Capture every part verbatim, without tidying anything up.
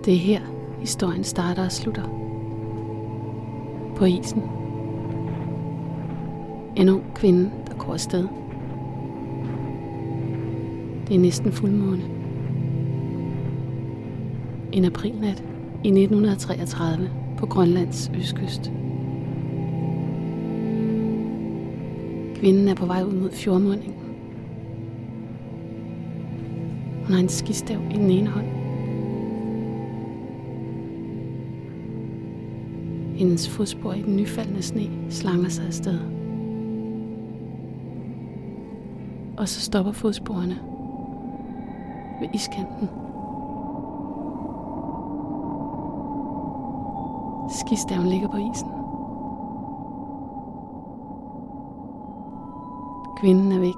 Det er her, historien starter og slutter. På isen. En ung kvinde, der går afsted. Det er næsten fuldmåne. En aprilnat i nitten treogtredive på Grønlands østkyst. Kvinden er på vej ud mod fjordmundingen. Hun har en skistav i den ene hånd. Hendes fodspor i den nyfaldne sne slanger sig afsted. Og så stopper fodsporene ved iskanten. Skistaven ligger på isen. Kvinden er væk.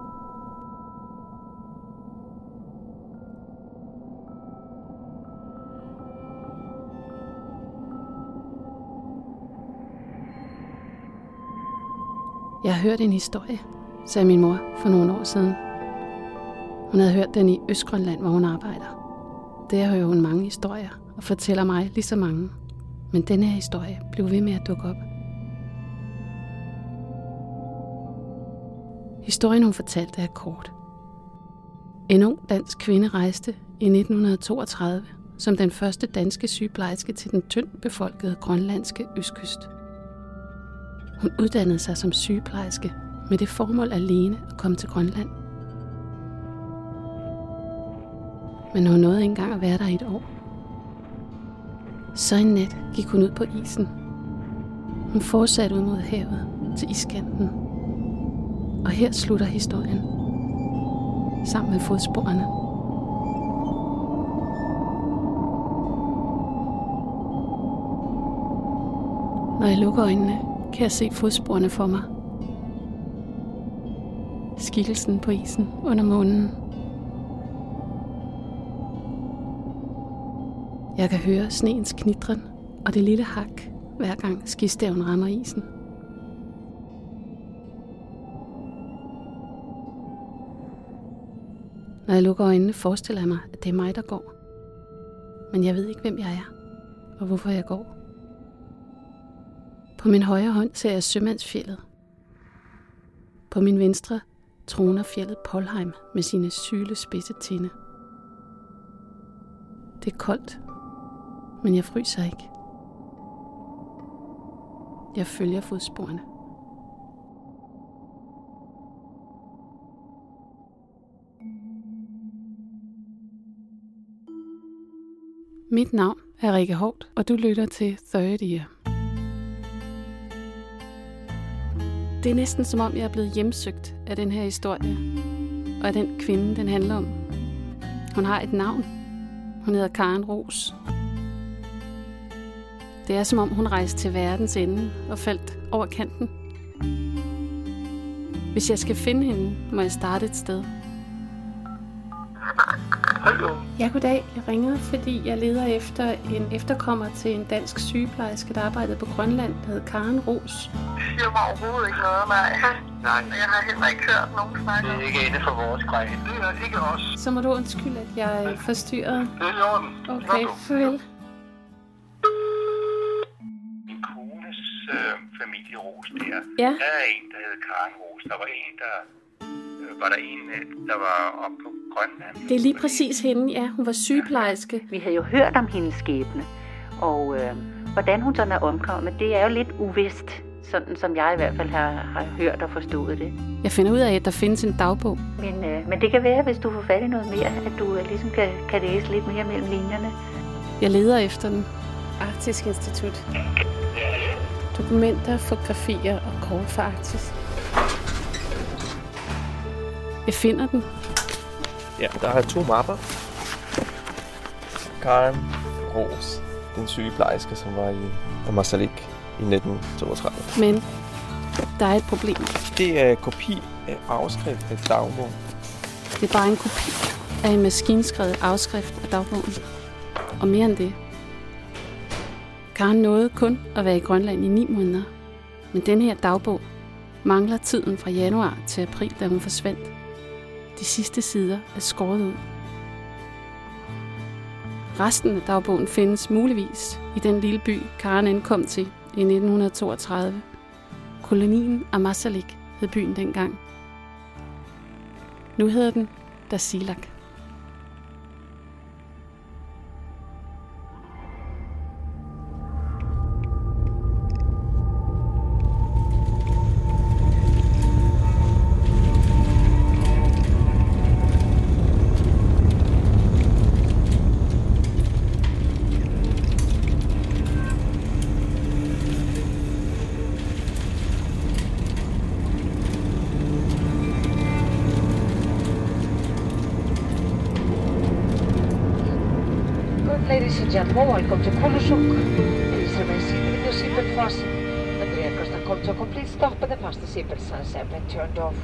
Jeg har hørt en historie, sagde min mor for nogle år siden. Hun havde hørt den i Østgrønland, hvor hun arbejder. Der hører hun mange historier og fortæller mig lige så mange. Men denne her historie blev ved med at dukke op. Historien, hun fortalte, er kort. En ung dansk kvinde rejste i nitten toogtredive som den første danske sygeplejerske til den tyndt befolkede grønlandske østkyst. Hun uddannede sig som sygeplejerske med det formål alene at komme til Grønland. Men hun nåede ikke engang at være der i et år. Så en nat gik hun ud på isen. Hun fortsatte ud mod havet til iskanten. Og her slutter historien. Sammen med fodsporene. Når jeg lukker øjnene, kan jeg se fodsporene for mig. Skikkelsen på isen under månen. Jeg kan høre sneens knitren og det lille hak, hver gang skistaven rammer isen. Når jeg lukker øjnene, forestiller jeg mig, at det er mig, der går. Men jeg ved ikke, hvem jeg er, og hvorfor jeg går. På min højre hånd ser jeg Sømandsfjeldet. På min venstre troner fjeldet Polheim med sine sylespidse tinde. Det er koldt, men jeg fryser ikke. Jeg følger fodsporene. Mit navn er Rikke Hort, og du lytter til Third Year. Det er næsten som om, jeg er blevet hjemsøgt af den her historie, og af den kvinde, den handler om. Hun har et navn. Hun hedder Karen Roos. Det er som om, hun rejste til verdens ende og faldt over kanten. Hvis jeg skal finde hende, må jeg starte et sted. Hallo. Ja, goddag. Jeg ringede, fordi jeg leder efter en efterkommer til en dansk sygeplejerske, der arbejdede på Grønland, der hed Karen Roos. Det siger mig overhovedet ikke noget, nej. Nej. Jeg har heller ikke hørt nogen snakke. Det er ikke inde for vores grej. Det er ikke os. Så må du undskylde, at jeg er forstyrret. Det er i orden. Okay, farvel. Min kones øh, familie Roos der. Ja. Der er en, der hedder Karen Roos. Der var en, der... Var der en, der var oppe på Grønland? Det er lige præcis hende, ja. Hun var sygeplejerske. Vi havde jo hørt om hendes skæbne, og øh, hvordan hun sådan er omkommet, det er jo lidt uvist, sådan som jeg i hvert fald har, har hørt og forstået det. Jeg finder ud af, at der findes en dagbog. Men, øh, men det kan være, hvis du får fat i noget mere, at du øh, ligesom kan, kan læse lidt mere mellem linjerne. Jeg leder efter den. Arktisk Institut. Dokumenter, fotografier og kort for Arktis. Jeg finder den. Ja, der er to mapper. Karen Roos, den sygeplejerske, som var i Ammassalik i nitten toogtredive. Men der er et problem. Det er en kopi af afskrift af dagbogen. Det er bare en kopi af en maskinskrevet afskrift af dagbogen. Og mere end det. Karen nåede kun at være i Grønland i ni måneder. Men den her dagbog mangler tiden fra januar til april, da hun forsvandt. De sidste sider er skåret ud. Resten af dagbogen findes muligvis i den lille by, Karen ankom til i nitten toogtredive. Kolonien Ammassalik hed byen dengang. Nu hedder den Tasiilaq. Ladies and gentlemen, welcome to Kulusuk. Please remain seated with your seatbelt fastened. The breakers have come to a complete stop and the fasten seatbelt signs have been turned off.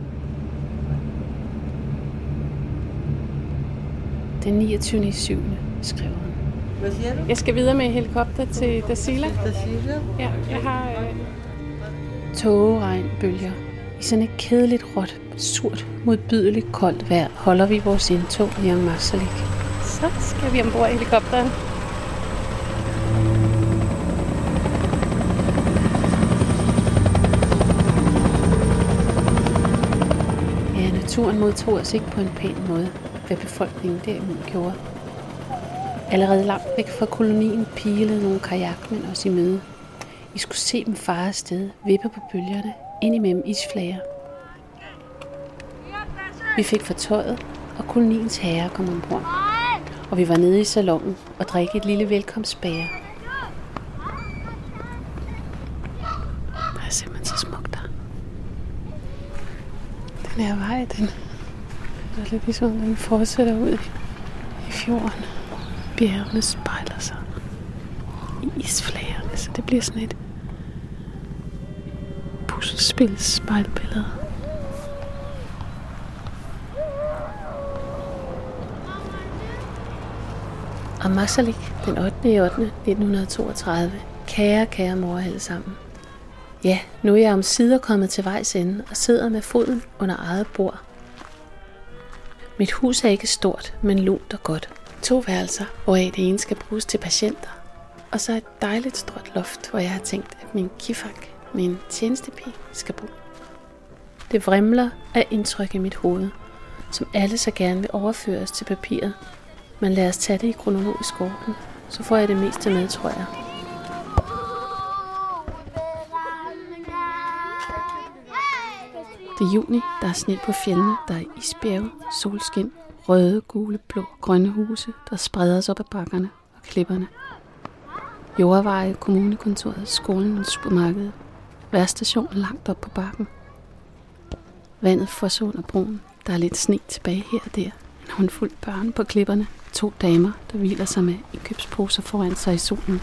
Den niogtyvende syvende skriver han. Hvad siger du? Jeg skal videre med helikopter til Tasiilaq. Tasiilaq? Ja, jeg har øh... tågeregn, bølger. I sådan et kedeligt råt, surt, modbydeligt koldt vejr holder vi vores indtog i Ammassalik. Så skal vi ombord i helikopteren. Ja, naturen modtog os ikke på en pæn måde, hvad befolkningen derimod gjorde. Allerede langt væk fra kolonien pilede nogle kajakmænd os i møde. I skulle se dem fare afsted, vippe på bølgerne, ind imellem isflager. Vi fik fortøjet, og koloniens herre kom ombord. Og vi var nede i salonen og drikke et lille velkomstbager. Det er simpelthen så smukt der. Den her vej, den er lidt ligesom, den fortsætter ud i, i fjorden. Bjergene spejler sig i isflagerne, så det bliver sådan et puslespils spejlbillede. Ammassalik, den ottende ottende nitten toogtredive. Kære, kære mor alle sammen. Ja, nu er jeg omsider kommet til vejs ende og sidder med foden under eget bord. Mit hus er ikke stort, men lunt og godt. To værelser, hvoraf det ene skal bruges til patienter. Og så et dejligt stort loft, hvor jeg har tænkt, at min kifak, min tjenestepige, skal bo. Det vrimler af indtryk i mit hoved, som alle så gerne vil overføres til papiret. Men lad os tage det i kronologisk orden, så får jeg det meste med, tror jeg. Det er juni, der er sne på fjellene, der er isbjerge, solskin, røde, gule, blå, grønne huse, der spreder sig op ad bakkerne og klipperne. Jordveje, kommunekontoret, skolen og supermarkedet. Vejrstationen langt op på bakken. Vandet fosser under broen. Der er lidt sne tilbage her og der. En håndfuld børn på klipperne. To damer, der hviler sig med indkøbsposer foran sig i solen.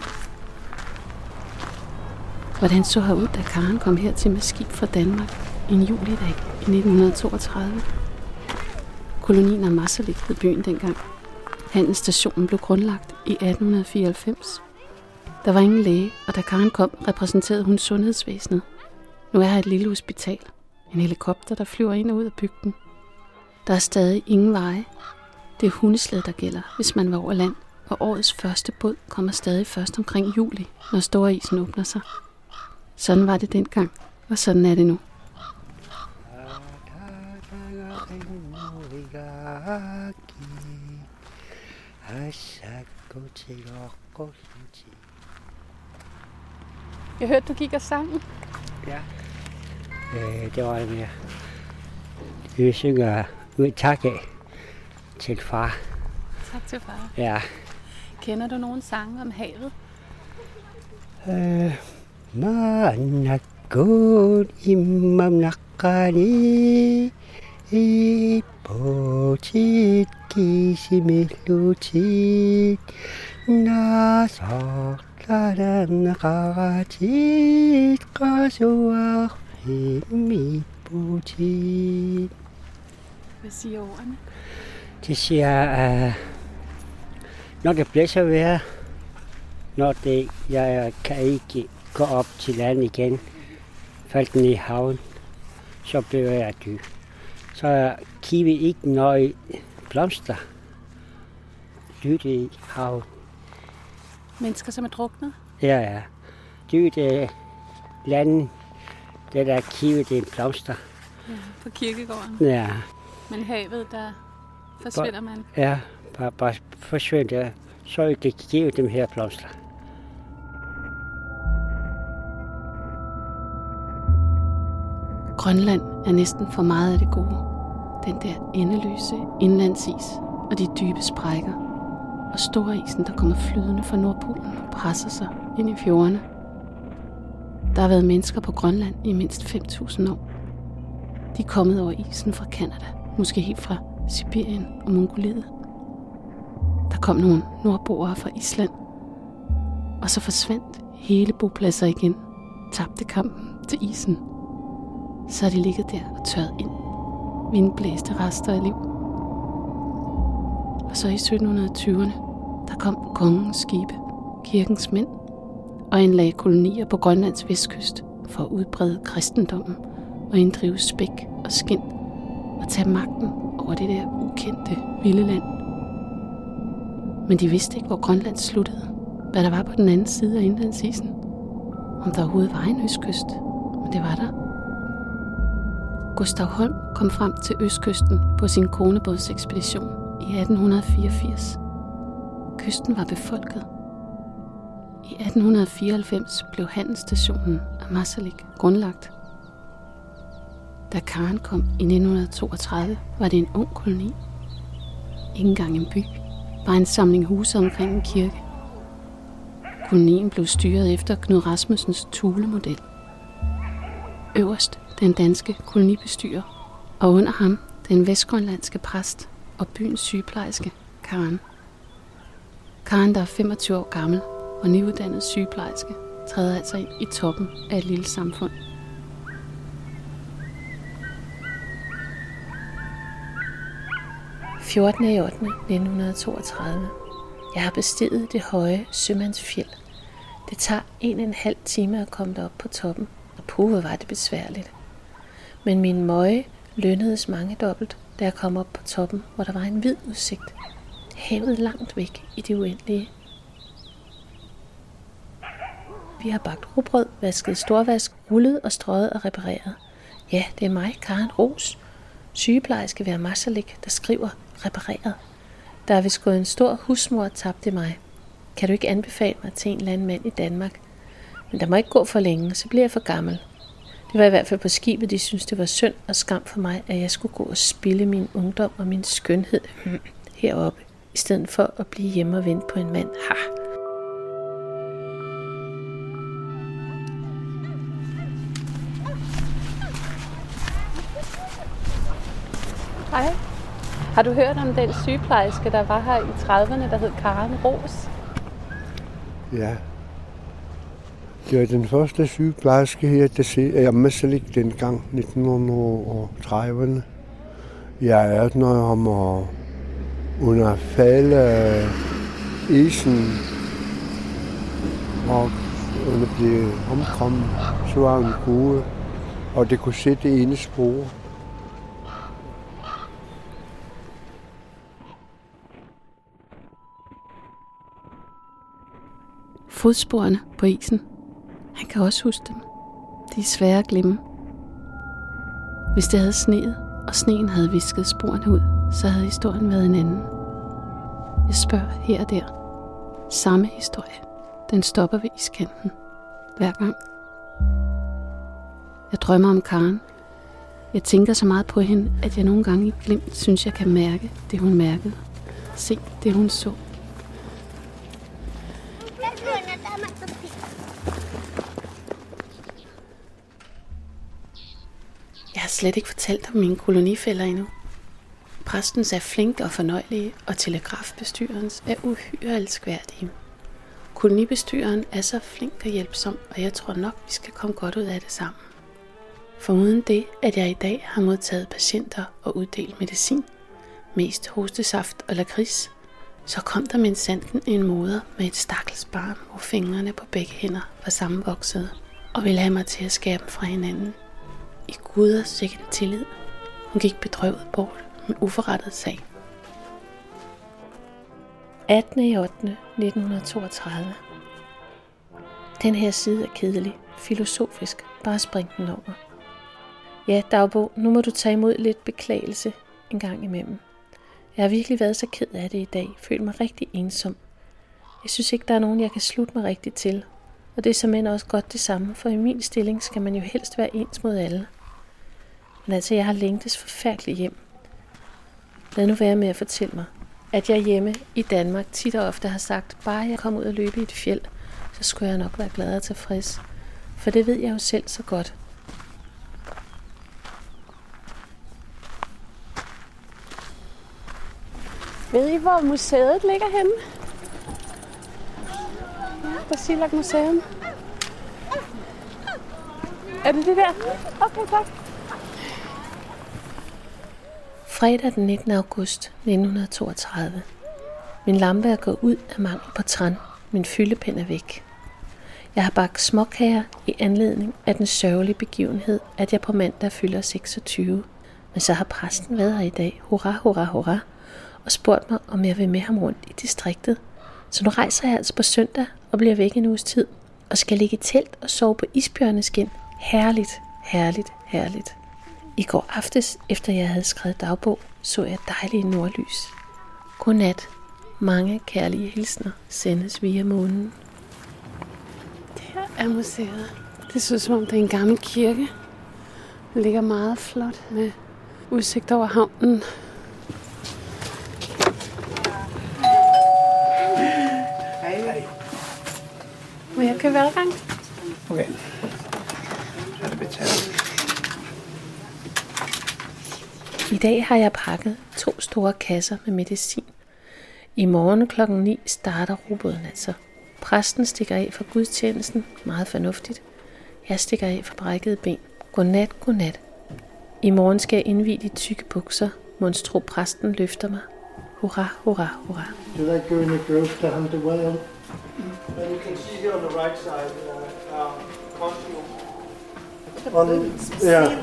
Hvordan så herud, da Karen kom hertil med skib fra Danmark en julidag i nitten toogtredive. Kolonien Ammassalik hed byen dengang. Handelsstationen blev grundlagt i atten fireoghalvfems. Der var ingen læge, og da Karen kom, repræsenterede hun sundhedsvæsenet. Nu er her et lille hospital. En helikopter, der flyver ind og ud af bygden. Der er stadig ingen veje. Det er hundesled, der gælder, hvis man var over land. Og årets første båd kommer stadig først omkring juli, når store isen åbner sig. Sådan var det dengang, og sådan er det nu. Jeg hørte, du gik og sang. Ja, øh, det var det mere. Vi synger ud tak af til far. Tak til far. Ja. Kender du nogle sange om havet? Øh, Manakot imam nakani i potit kisimelutit nasaktadan karatit kasuak mi potit. Hvad siger ordene? Det siger, uh, når det blæser vejr, når det, jeg kan ikke gå op til land igen, faldt den i haven, så blev jeg dyb. Så kigger vi ikke nøje blomster, dybt i havet. Mennesker, som er druknet? Ja, ja. Dybt øh, landet, det der kivet, det er en blomster. Ja, på kirkegården. Ja. Men havet, der forsvinder man? Ja, bare, bare forsvinder. Så er det kivet, dem her blomster. Grønland er næsten for meget af det gode. Den der endeløse indlandsis og de dybe sprækker. Og storisen, der kommer flydende fra Nordpolen og presser sig ind i fjordene. Der har været mennesker på Grønland i mindst fem tusind år. De er kommet over isen fra Canada, måske helt fra Sibirien og Mongoliet. Der kom nogle nordboere fra Island. Og så forsvandt hele bopladser igen. Tabte kampen til isen. Så har de ligget der og tørret ind. Vindblæste rester af liv. Og så i sytten tyverne, der kom kongens skibe, kirkens mænd, og indlagde kolonier på Grønlands vestkyst for at udbrede kristendommen og inddrive spæk og skind og tage magten over det der ukendte vilde land. Men de vidste ikke, hvor Grønland sluttede, hvad der var på den anden side af indlandsisen. Om der overhovedet var en østkyst, men det var der. Gustav Holm kom frem til østkysten på sin konebådsekspedition i atten fireogfirs. Kysten var befolket. I atten fireoghalvfems blev handelsstationen Ammassalik grundlagt. Da Karen kom i nitten toogtredive, var det en ung koloni. Ikke engang en by, bare en samling huse omkring en kirke. Kolonien blev styret efter Knud Rasmussens Thule-model. Øverst den danske kolonibestyrer, og under ham den vestgrønlandske præst og byens sygeplejerske, Karen. Karen, der er femogtyve år gammel og nyuddannet sygeplejerske, træder altså ind i toppen af et lille samfund. fjortende ottende nitten toogtredive. Jeg har bestiget det høje Sømandsfjeld. Det tager en og en halv time at komme derop på toppen, og puha var det besværligt. Men min møje lønnedes mange dobbelt, da jeg kom op på toppen, hvor der var en vid udsigt. Havet langt væk i det uendelige. Vi har bagt rugbrød, vasket storvask, rullet og strøget og repareret. Ja, det er mig, Karen Ros, sygeplejerske ved Ammassalik, der skriver repareret. Der er vist gået en stor husmor tabt i mig. Kan du ikke anbefale mig til en eller anden mand i Danmark? Men der må ikke gå for længe, så bliver jeg for gammel. Det var i hvert fald på skibet, de syntes, det var synd og skam for mig, at jeg skulle gå og spilde min ungdom og min skønhed heroppe, i stedet for at blive hjemme og vente på en mand. Ha! Hej. Har du hørt om den sygeplejerske, der var her i trediverne, der hed Karen Ros? Ja. Det var den første sygeplejerske her, der ser jeg Ammassalik dengang, nitten trediverne. Jeg er atten år om at under falde isen og under blive omkommet, så var hun gode, og det kunne se det ene spor. Fodsporene på isen. Han kan også huske dem. De er svære at glemme. Hvis det havde sneet, og sneen havde visket sporene ud, så havde historien været en anden. Jeg spørger her og der. Samme historie. Den stopper ved iskanten. Hver gang. Jeg drømmer om Karen. Jeg tænker så meget på hende, at jeg nogle gange i glimt synes, jeg kan mærke det, hun mærkede. Se det, hun så. Jeg har slet ikke fortalt om mine kolonifæller endnu. Præstens er flink og fornøjelige, og telegrafbestyrerens er uhyre elskværdige. Kolonibestyreren er så flink og hjælpsom, og jeg tror nok, vi skal komme godt ud af det sammen. For uden det, at jeg i dag har modtaget patienter og uddelt medicin, mest hostesaft og lakrids, så kom der min sanden en moder med et stakkels barn, hvor fingrene på begge hænder var sammenvoksede, og ville have mig til at skære dem fra hinanden. I guders sikkert tillid. Hun gik bedrøvet bort med uforrettet sag. attende ottende nitten toogtredive. Den her side er kedelig, filosofisk, bare spring den over. Ja, dagbog, nu må du tage imod lidt beklagelse en gang imellem. Jeg har virkelig været så ked af det i dag, følt mig rigtig ensom. Jeg synes ikke, der er nogen, jeg kan slutte mig rigtigt til. Og det er såmænd også godt det samme, for i min stilling skal man jo helst være ens mod alle. Men altså, jeg har længtes forfærdeligt hjem. Lad nu være med at fortælle mig, at jeg hjemme i Danmark tit og ofte har sagt, bare jeg kommer ud og løbe i et fjeld, så skulle jeg nok være glad og tilfreds. For det ved jeg jo selv så godt. Ved I, hvor museet ligger henne? Ja, Basilak Museum. Er det det der? Okay, tak. Fredag den nittende august nitten toogtredive. Min lampe er gået ud af mangel på tran. Min fyldepind er væk. Jeg har bagt småkager i anledning af den sørgelige begivenhed, at jeg på mandag fylder seksogtyve. Men så har præsten været her i dag. Hurra, hurra, hurra. Og spurgt mig, om jeg vil med ham rundt i distriktet. Så nu rejser jeg altså på søndag og bliver væk en uges tid. Og skal ligge i telt og sove på isbjørneskin. Herligt, herligt, herligt. I går aftes, efter jeg havde skrevet dagbog, så jeg dejlige nordlys. Godnat. Mange kærlige hilsner sendes via månen. Det her er museet. Det ser ud som om det er en gammel kirke. Den ligger meget flot med udsigt over havnen. Hej. Må jeg købe adgang? Okay. Så er det betalt. I dag har jeg pakket to store kasser med medicin. I morgen klokken ni starter roboden altså. Præsten stikker af for gudstjenesten, meget fornuftigt. Jeg stikker af for brækkede ben. Godnat, godnat. I morgen skal jeg indvie de tykke bukser. Monstro præsten løfter mig. Hurra, hurra, hurra. Do they go in the grove to hunt the whale? And you can see here on the right side, uh, uh, on, yeah.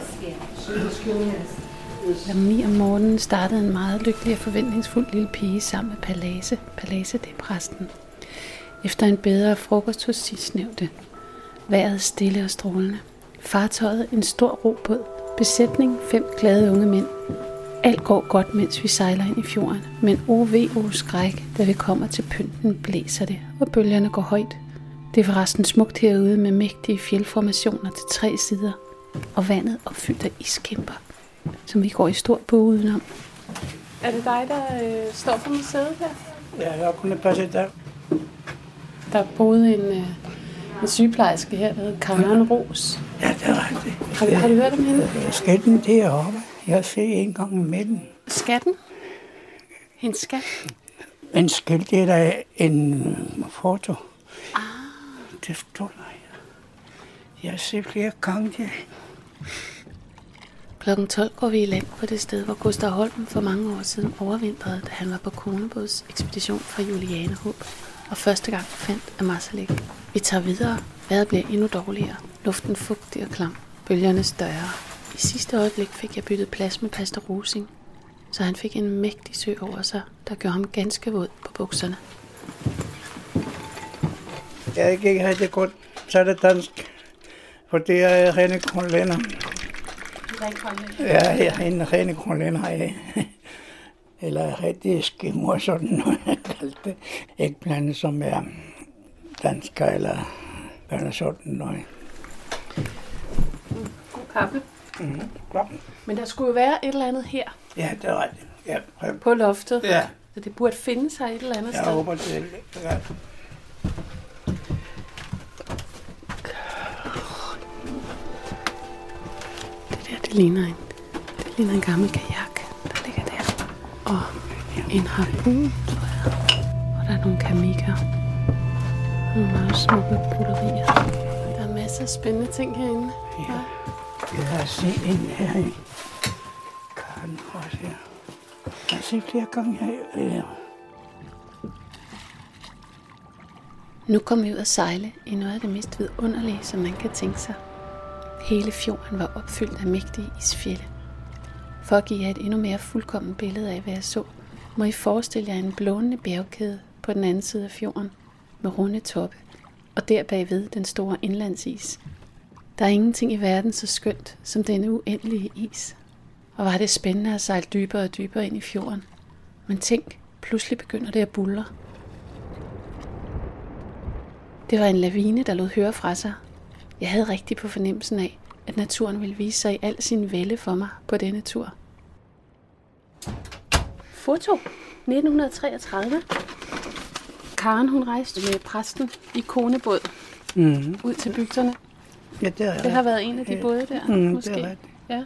Klokken ni om morgenen startede en meget lykkelig og forventningsfuld lille pige sammen med Palase. Palase, det er præsten. Efter en bedre frokost hos sidstnævnte. Vejret stille og strålende. Fartøjet en stor robåd. Besætning fem glade unge mænd. Alt går godt, mens vi sejler ind i fjorden. Men O V O skræk, da vi kommer til pynten, blæser det, og bølgerne går højt. Det er forresten smukt herude med mægtige fjeldformationer til tre sider. Og vandet opfyldt af iskæmper, som vi går i stor bue udenom. Er det dig, der øh, står på museet her? Ja, jeg kunne passe der. Der boede en, øh, en sygeplejerske her, der hed Karen Ros. Ja, det er rigtigt. Har, har du hørt om hende? Skatten deroppe. Jeg ser en gang i midten. Skatten? Hendes skat? En skæld, det er der en foto. Ah. Det står der. Jeg ser flere gange det. Klokken tolv går vi i land på det sted, hvor Gustav Holm for mange år siden overvintrede, da han var på Kronebåds ekspedition fra Julianehåb, og første gang fandt Ammassalik. Vi tager videre. Vejret bliver endnu dårligere. Luften fugtig og klam. Bølgerne større. I sidste øjeblik fik jeg byttet plads med pastor Rosing, så han fik en mægtig sø over sig, der gjorde ham ganske våd på bukserne. Jeg kan ikke have det godt, så er det dansk, for det er rene grønlænder. Ja, jeg er en rene grønlænder af. Eller rigtig eskimo, sådan noget, jeg kalder det. Ikke blandet som er dansker, eller hvad sådan noget. God kaffe. Mm-hmm. Ja. Men der skulle jo være et eller andet her. Ja, det er rigtigt. Ja. På loftet. Ja. Så det burde finde sig et eller andet jeg sted. Jeg håber, det er ja. Det der, det ligner en, det ligner en gammel kajak, der ligger der. Og en harpun, tror jeg. Og der er nogle kamikker. Nogle meget smukke broderier. Der er masser af spændende ting herinde. Ja. Jeg har set en her i Karen også her. Jeg har set flere gange her. Nu kom vi ud at sejle i noget af det mest vidunderlige, som man kan tænke sig. Hele fjorden var opfyldt af mægtige isfjelde. For at give jer et endnu mere fuldkommen billede af, hvad jeg så, må I forestille jer en blånende bjergkæde, på den anden side af fjorden, med runde toppe, og der bagved den store indlandsis. Der er ingenting i verden så skønt som denne uendelige is. Og var det spændende at sejle dybere og dybere ind i fjorden. Men tænk, pludselig begynder det at buldre. Det var en lavine, der lod høre fra sig. Jeg havde rigtig på fornemmelsen af, at naturen ville vise sig i al sin vælde for mig på denne tur. Foto nitten treogtredive. Karen, hun rejste med præsten i konebåd mm-hmm. ud til bygderne. Ja, det, er det har været en af de både der, mm, måske. Det er rigtigt. Ja.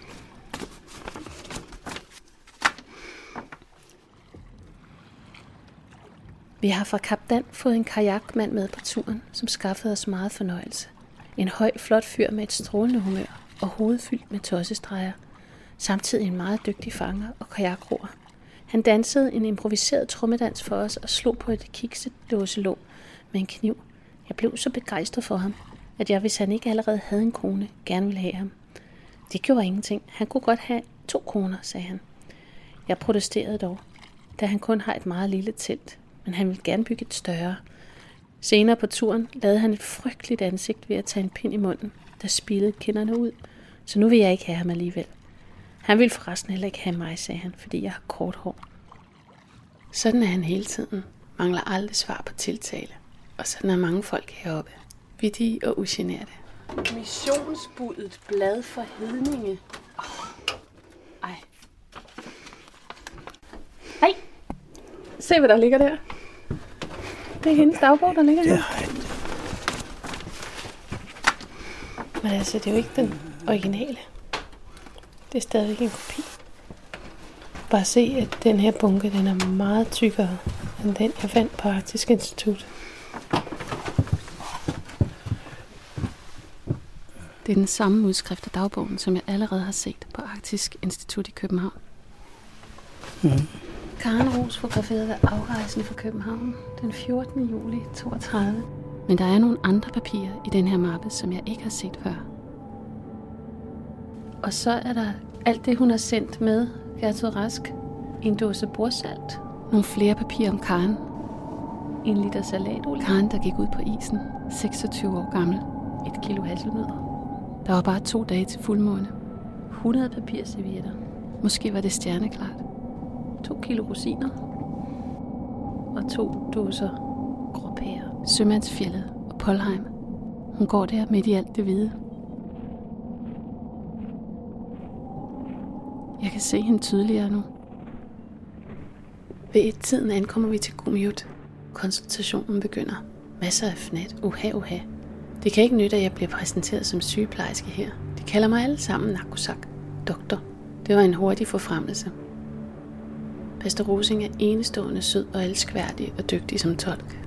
Vi har fra Kap Dan fået en kajakmand med på turen, som skaffede os meget fornøjelse. En høj, flot fyr med et strålende humør og hovedet fyldt med tossestreger. Samtidig en meget dygtig fanger og kajakroer. Han dansede en improviseret trommedans for os og slog på et kikset dåselåg med en kniv. Jeg blev så begejstret for ham, at jeg, hvis han ikke allerede havde en kone, gerne ville have ham. Det gjorde ingenting. Han kunne godt have to koner, sagde han. Jeg protesterede dog, da han kun har et meget lille telt, men han ville gerne bygge et større. Senere på turen lavede han et frygteligt ansigt ved at tage en pind i munden, der spilede kinderne ud, så nu vil jeg ikke have ham alligevel. Han ville forresten heller ikke have mig, sagde han, fordi jeg har kort hår. Sådan er han hele tiden. Mangler aldrig svar på tiltale. Og sådan er mange folk heroppe. Vittige og ugenerede. Missionsbuddet blad for hedninge. Oh. Ej. Hej. Se, hvad der ligger der. Det er hendes dagbog, der ligger her. Men altså, det er jo ikke den originale. Det er stadigvæk en kopi. Bare se, at den her bunke, den er meget tykkere end den, jeg fandt på Arktisk Institut. Det er den samme udskrift af dagbogen, som jeg allerede har set på Arktisk Institut i København. Mm. Karen Ros fotograferede ved afrejsen fra København den fjortende juli toogtredive. Men der er nogle andre papirer i den her mappe, som jeg ikke har set før. Og så er der alt det, hun har sendt med Gertrud Rask. En dåse bordsalt. Nogle flere papirer om Karen. En liter salatolie. Karen, der gik ud på isen. seksogtyve år gammel. Et kilo hasselnødder. Der var bare to dage til fuldmåne. hundrede papirservietter. Måske var det stjerneklart. To kilo rosiner. Og to dåser gråpærer. Sømandsfjellet og Polheim. Hun går der midt i alt det hvide. Jeg kan se hende tydeligere nu. Ved et tiden ankommer vi til Kumiut. Konsultationen begynder. Masser af fnat. Uha, uha. Det kan ikke nytte, at jeg bliver præsenteret som sygeplejerske her. De kalder mig alle sammen Nakusak. Doktor. Det var en hurtig forfremmelse. Pastor Rosing er enestående sød og elskværdig og dygtig som tolk.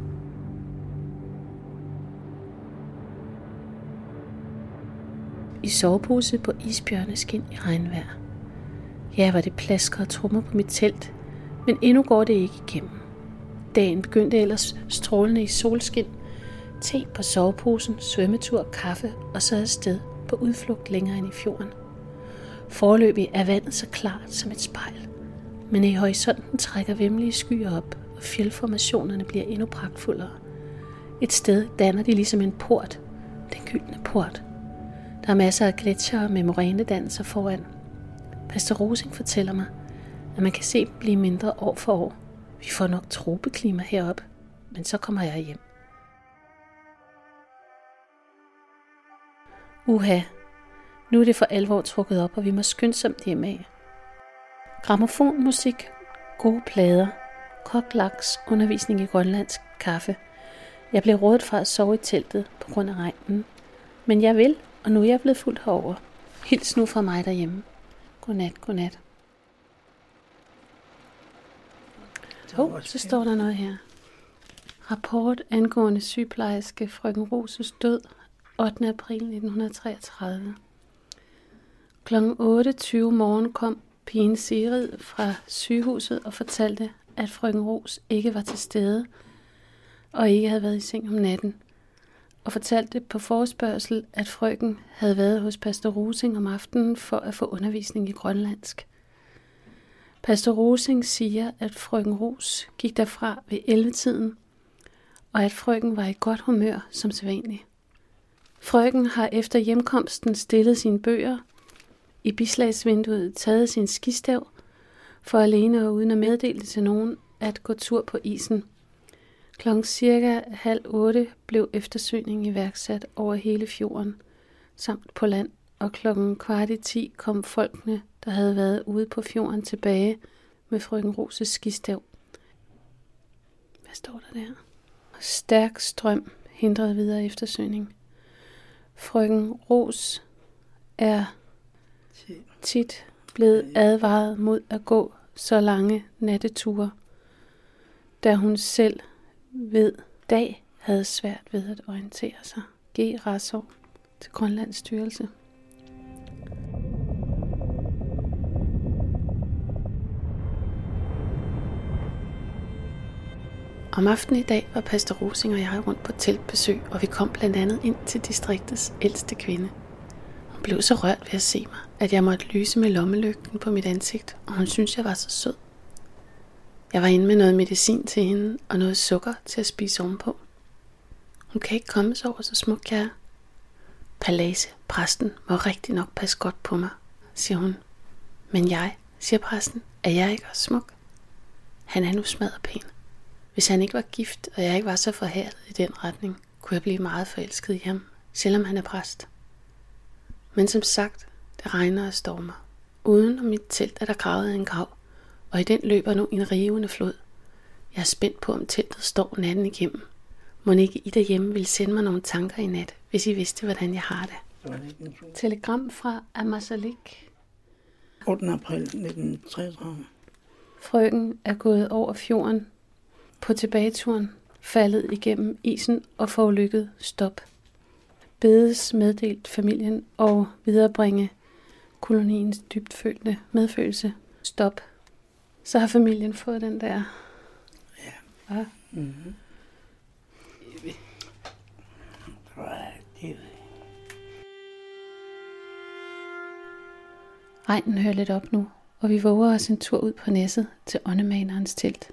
I sovepose på isbjørneskin i regnvejr. Ja, var det plasker og trommer på mit telt, men endnu går det ikke igennem. Dagen begyndte ellers strålende i solskin, te på soveposen, svømmetur, kaffe og så afsted på udflugt længere ind i fjorden. Foreløbig er vandet så klart som et spejl, men i horisonten trækker vemmelige skyer op, og fjeldformationerne bliver endnu pragtfuldere. Et sted danner de ligesom en port, den gyldne port. Der er masser af gletsjere med morænedanser foran. Pastor Rosing fortæller mig, at man kan se dem blive mindre år for år. Vi får nok tropeklima heroppe, men så kommer jeg hjem. Uha, nu er det for alvor trukket op, og vi må skyndsomt hjem af. Grammofonmusik, gode plader, kogt laks, undervisning i grønlandsk, kaffe. Jeg blev rådet fra at sove i teltet på grund af regnen. Men jeg vil, og nu er jeg blevet fuldt herover. Hils nu fra mig derhjemme. Godnat, godnat. Hov, så står der noget her. Rapport angående sygeplejerske frøken Roses død ottende april nitten treogtredive. klokken otte tyve morgen kom pigen Sigrid fra sygehuset og fortalte, at frøken Ros ikke var til stede og ikke havde været i seng om natten. Og fortalte på forespørgsel, at frøken havde været hos pastor Rosing om aftenen for at få undervisning i grønlandsk. Pastor Rosing siger, at frøken Ros gik derfra ved elleve-tiden, og at frøken var i godt humør som sædvanligt. Frøken har efter hjemkomsten stillet sine bøger i bislagsvinduet, taget sin skistav for alene og uden at meddele det til nogen at gå tur på isen. Klokken cirka halv otte blev eftersøgningen iværksat over hele fjorden samt på land, og klokken kvart i ti kom folkene, der havde været ude på fjorden, tilbage med frøken Roses skistav. Hvad står der der? Stærk strøm hindrede videre eftersøgning. Frøken Ros er tit blevet advaret mod at gå så lange natteture, da hun selv ved dag havde svært ved at orientere sig. G. Rasov til Grønlands Styrelse. Om aftenen i dag var pastor Rosing og jeg rundt på teltbesøg, og vi kom blandt andet ind til distriktets ældste kvinde. Hun blev så rørt ved at se mig, at jeg måtte lyse med lommelygten på mit ansigt, og hun syntes, jeg var så sød. Jeg var inde med noget medicin til hende og noget sukker til at spise ovenpå. Hun kan ikke komme så over så smuk, jeg er. Palase, præsten, må rigtig nok passe godt på mig, siger hun. Men jeg, siger præsten, er jeg ikke også smuk? Han er nu smadret pæn. Hvis han ikke var gift, og jeg ikke var så forhærdet i den retning, kunne jeg blive meget forelsket i ham, selvom han er præst. Men som sagt, det regner og stormer. Uden om mit telt er der gravet en grav, og i den løber nu en rivende flod. Jeg er spændt på, om teltet står natten igennem. Må ikke I derhjemme ville sende mig nogle tanker i nat, hvis I vidste, hvordan jeg har det. Telegram fra Ammassalik. ottende april nitten treogtredive. Frøken er gået over fjorden på tilbageturen, faldet igennem isen og forulykket stop. Bedes meddelt familien og viderebringe koloniens dybtfølte medfølelse. Stop. Så har familien fået den der. Ja. Ja. Mm-hmm. Regnen hører lidt op nu, og vi våger os en tur ud på næsset til åndemanerens telt.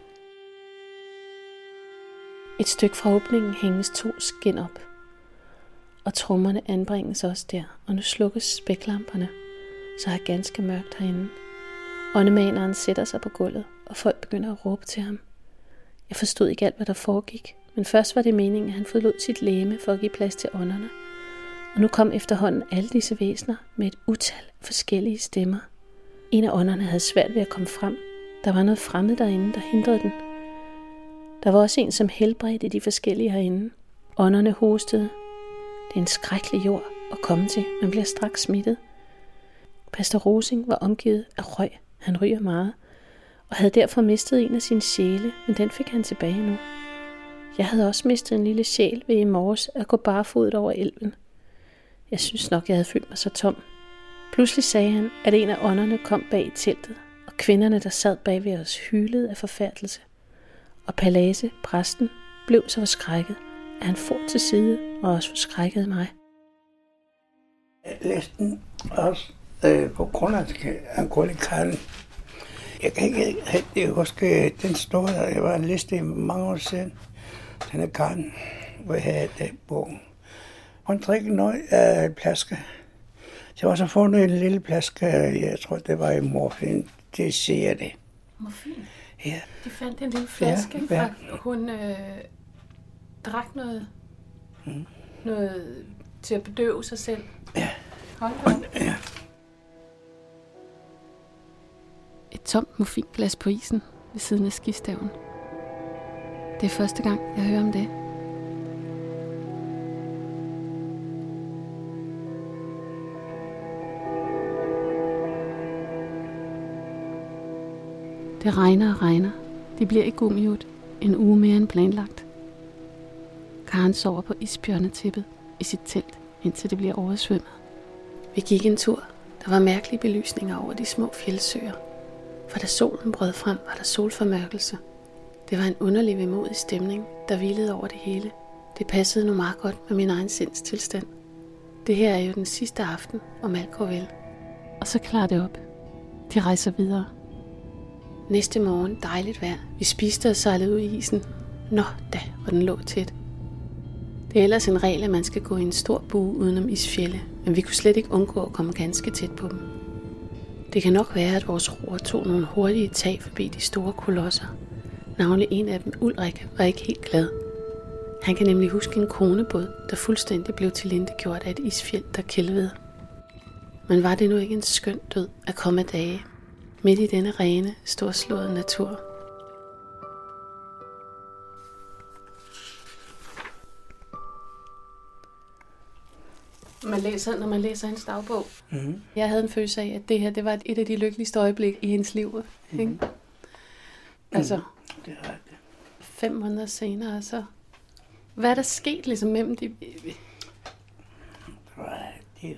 Et stykke fra åbningen hænges to skin op, og trommerne anbringes også der, og nu slukkes spæklamperne, så er ganske mørkt herinde. Åndemaneren sætter sig på gulvet, og folk begynder at råbe til ham. Jeg forstod ikke alt, hvad der foregik, men først var det meningen, at han forlod sit legeme for at give plads til ånderne. Og nu kom efterhånden alle disse væsener med et utal af forskellige stemmer. En af ånderne havde svært ved at komme frem. Der var noget fremmed derinde, der hindrede den. Der var også en, som helbredte de forskellige herinde. Ånderne hostede. Det er en skrækkelig jord at komme til. Man bliver straks smittet. Pastor Rosing var omgivet af røg. Han ryger meget. Og havde derfor mistet en af sine sjæle, men den fik han tilbage nu. Jeg havde også mistet en lille sjæl ved i morges at gå barefodet over elven. Jeg synes nok, jeg havde følt mig så tom. Pludselig sagde han, at en af ånderne kom bag i teltet, og kvinderne, der sad bag ved os, hylede af forfærdelse. Og Palase, præsten, blev så forskrækket, at han for til side og også forskrækkede mig. Jeg læste den også øh, på grønlandsk af Gulli Karen. Jeg kan ikke rigtig huske den store, jeg var læst i mange år siden. Den er Karen, hvor jeg havde det på. Hun drikker noget af plaske. Jeg var så fundet en lille plaske, jeg tror det var i morfin. Det siger det. Morfin? Ja. De fandt en lille flaske, ja, ja. Hun øh, drak noget, mm. noget til at bedøve sig selv. Ja. Hold da. Ja. Et tomt morfinglas på isen ved siden af skistaven. Det er første gang, jeg hører om det. Det regner og regner. De bliver i Gumiut en uge mere end planlagt. Karen sover på isbjørnetæppet i sit telt, indtil det bliver oversvømmet. Vi gik en tur. Der var mærkelige belysninger over de små fjeldsøer. For da solen brød frem, var der solformørkelse. Det var en underlig vemodig stemning, der hvilede over det hele. Det passede nu meget godt med min egen sindstilstand. Det her er jo den sidste aften om alt går vel. Og så klarer det op. De rejser videre. Næste morgen dejligt vejr. Vi spiste og sejlede ud i isen. Nå da, hvor den lå tæt. Det er ellers en regel, at man skal gå i en stor bue udenom isfjelde, men vi kunne slet ikke undgå at komme ganske tæt på dem. Det kan nok være, at vores roer tog nogle hurtige tag forbi de store kolosser. Navnlig en af dem, Ulrik, var ikke helt glad. Han kan nemlig huske en konebåd, der fuldstændig blev tilintetgjort af et isfjeld, der kælvede. Men var det nu ikke en skøn død at komme af dage, midt i denne rene, storslåede natur? Man læser, når man læser hendes dagbog. Mm-hmm. Jeg havde en følelse af, at det her det var et af de lykkeligste øjeblik i hendes liv. Ikke? Mm-hmm. Altså, mm, det er det. Fem måneder senere, så... Hvad er der sket ligesom mellem de... Det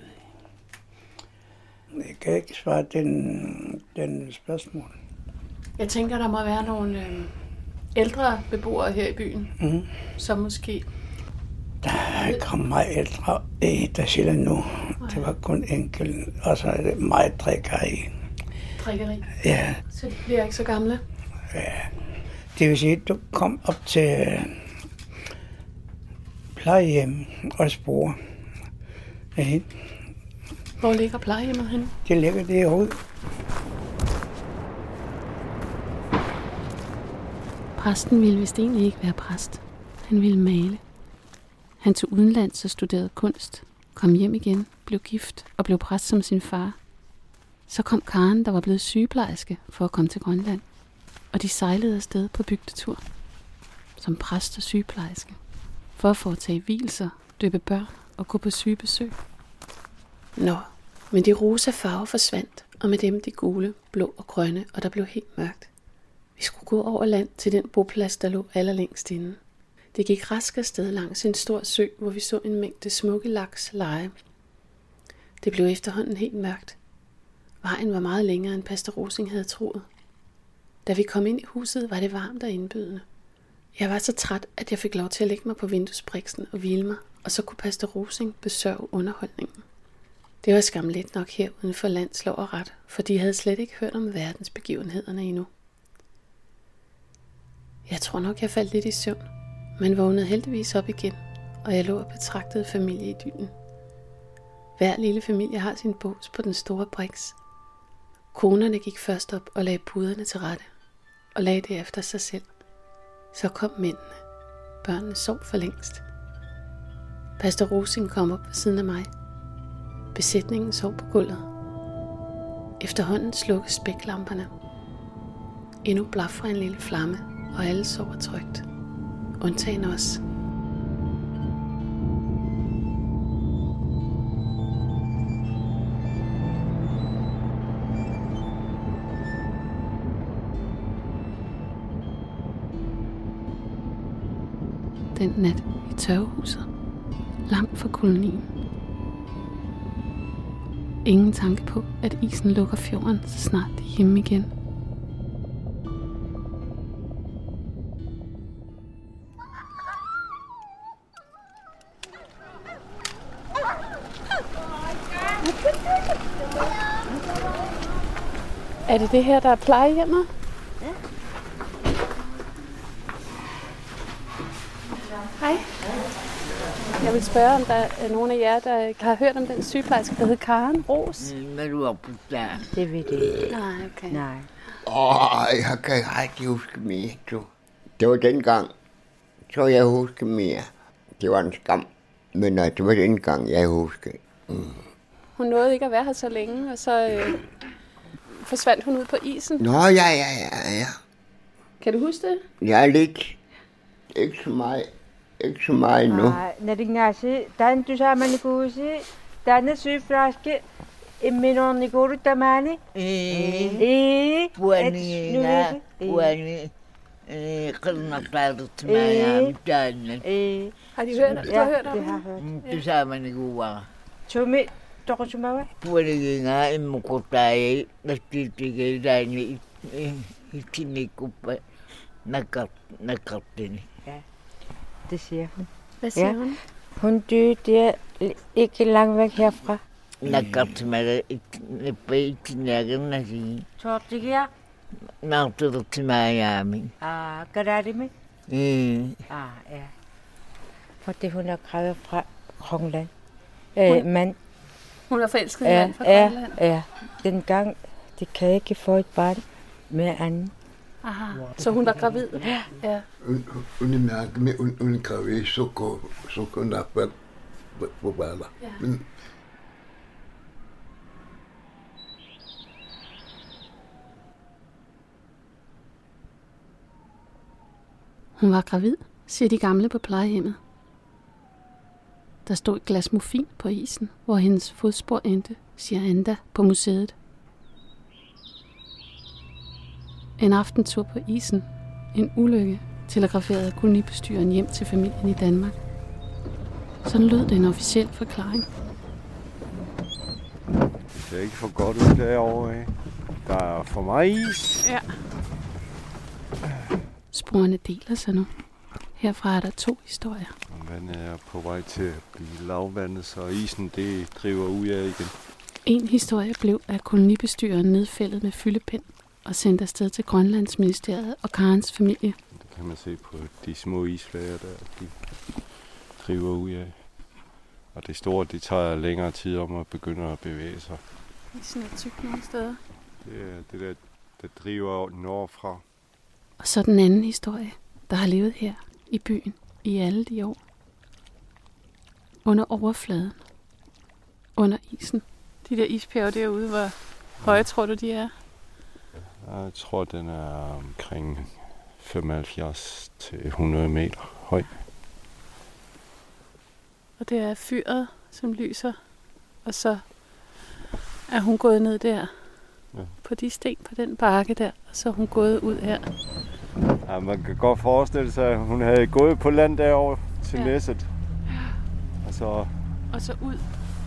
Jeg kan ikke svare den, den spørgsmål. Jeg tænker, der må være nogle øh, ældre beboere her i byen, mm-hmm. som måske... Der er ikke meget ældre i der Sjælland nu. Nej. Det var kun enkelt, og så er det meget drikkeri. Drikkeri? Ja. Så de bliver ikke så gamle? Ja. Det vil sige, at du kom op til plejehjem og spore. Ja. Hvor ligger plejehjemmet henne? Det ligger derude. Præsten ville vist egentlig ikke være præst. Han ville male. Han tog udenlands og studerede kunst, kom hjem igen, blev gift og blev præst som sin far. Så kom Karen, der var blevet sygeplejerske, for at komme til Grønland. Og de sejlede afsted på bygdetur. Som præst og sygeplejerske. For at foretage vielser, døbe børn og gå på sygebesøg. Nå, men de rosa farver forsvandt, og med dem de gule, blå og grønne, og der blev helt mørkt. Vi skulle gå over land til den boplads, der lå allerlængst inde. Det gik rask afsted langs en stor sø, hvor vi så en mængde smukke laks lege. Det blev efterhånden helt mørkt. Vejen var meget længere, end pastor Rosing havde troet. Da vi kom ind i huset, var det varmt og indbydende. Jeg var så træt, at jeg fik lov til at lægge mig på vinduesbriksen og hvile mig, og så kunne pastor Rosing besørge underholdningen. Det var skam lidt nok her uden for landslov og ret, for de havde slet ikke hørt om verdensbegivenhederne endnu. Jeg tror nok, jeg faldt lidt i søvn, men vågnede heldigvis op igen, og jeg lå og betragtede familieidyllen. Hver lille familie har sin bås på den store briks. Konerne gik først op og lagde puderne til rette, og lagde det efter sig selv. Så kom mændene. Børnene sov for længst. Pastor Rosing kom op ved siden af mig. Besætningen sov på gulvet. Efterhånden slukkes spæklamperne. Endnu blafrer en lille flamme, og alle sover trygt. Undtagen os. Den nat i tørvehuset, langt fra kolonien. Ingen tanke på, at isen lukker fjorden, så snart de er hjemme igen. Er det det her, der er plejehjemmet? Ja. Hej. Jeg vil spørge, om der er nogen af jer, der har hørt om den sygeplejerske, der hed Karen Ros. Hvad du har brugt der? Det ved det ikke. Nej, okay. Nej. Åh, jeg kan ikke rigtig huske mere, du. Det var dengang, så jeg husker mere. Det var en skam, men nej, det var dengang, jeg husker. Mm. Hun nåede ikke at være her så længe, og så øh, forsvandt hun ud på isen. Nå, ja, ja, ja, ja. Kan du huske det? Ja, lidt. Ikke så meget. Ikke så meget nu. Nej, når det er ikke, den du sagde, man ikke kunne se, den er sygeplejerske, men hun ikke går ud af mani. Eh, buonina, buoni, eh, kaldnaklaret til mig om dagen. Har de hørt, du har hørt om det? Har hørt. Det sagde man ikke var. Tomi, du kan sige hvad? Buonina, en mokotai, der stilte dagen i i tinikuppe, nakat, nakatini. Det siger hun. Hvad siger ja. hun? Hun døde der ikke langt væk herfra. Nakat med et bæt i nærken af sin. Tortigia? Magter til Miami. Ah, gør det det med? Mm. Ah, ja. Fordi hun er gravid fra Grønland. Øh, mand. Hun er forelsket i ja, mand fra Grønland? Ja, ja. Dengang, de kan ikke få et barn med anden. Aha, så hun var gravid? Ja. Ja. Hun er mærke med, hun er gravid, så går så går hun op på baller. Men Hun var gravid, siger de gamle på plejehjemmet. Der stod et glas muffin på isen, hvor hendes fodspor endte, siger Anda på museet. En aftentur på isen. En ulykke, telegraferede kolonibestyreren hjem til familien i Danmark. Sådan lød det en officiel forklaring. Det er ikke for godt ud derovre af. Der er for meget is. Ja. Sporene deler sig nu. Herfra er der to historier. Vandet er på vej til at blive lavvandet, så isen det driver ud af igen. En historie blev, at kolonibestyreren nedfældet med fyldepind og sendt afsted til Grønlandsministeriet og Karens familie. Det kan man se på de små isflager der, de driver ud af. Og det store, det tager længere tid om at begynde at bevæge sig. Isen er tyk nogle steder. Det er det der, der driver nordfra. Og så den anden historie, der har levet her i byen i alle de år. Under overfladen. Under isen. De der isbjerge derude, hvor høje tror du, de er? Jeg tror, den er omkring femoghalvfjerds til hundrede meter høj. Og det er fyret, som lyser. Og så er hun gået ned der. Ja. På de sten på den bakke der. Og så er hun gået ud her. Ja, man kan godt forestille sig, at hun havde gået på land derovre til ja. Læsset. Ja. Og så... Og så ud.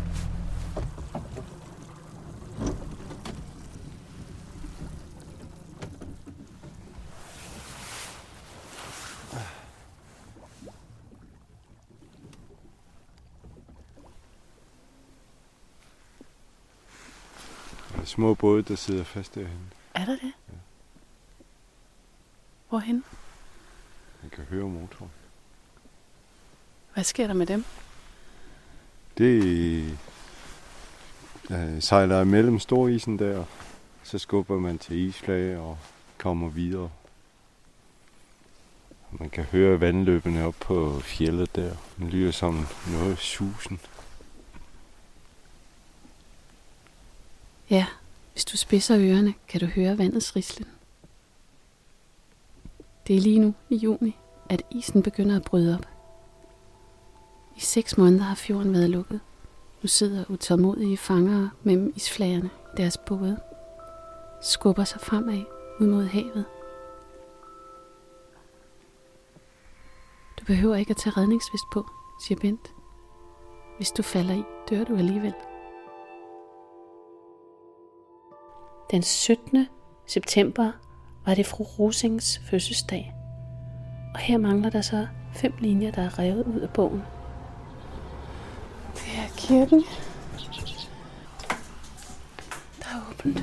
Små både, der sidder fast derhen. Er der det? Ja. Hvorhen? Man kan høre motoren. Hvad sker der med dem? Det øh, sejler imellem storisen der, så skubber man til isflage og kommer videre. Man kan høre vandløbene op på fjellet der. Det lyder som noget susen. Ja, hvis du spidser ørerne, kan du høre vandets rislen. Det er lige nu i juni, at isen begynder at bryde op. I seks måneder har fjorden været lukket. Nu sidder utålmodige fangere mellem isflagerne i deres både. Skubber sig fremad ud mod havet. Du behøver ikke at tage redningsvest på, siger Bent. Hvis du falder i, dør du alligevel. Den syttende september var det fru Rosings fødselsdag. Og her mangler der så fem linjer, der er revet ud af bogen. Det er kirken. Der er åbent.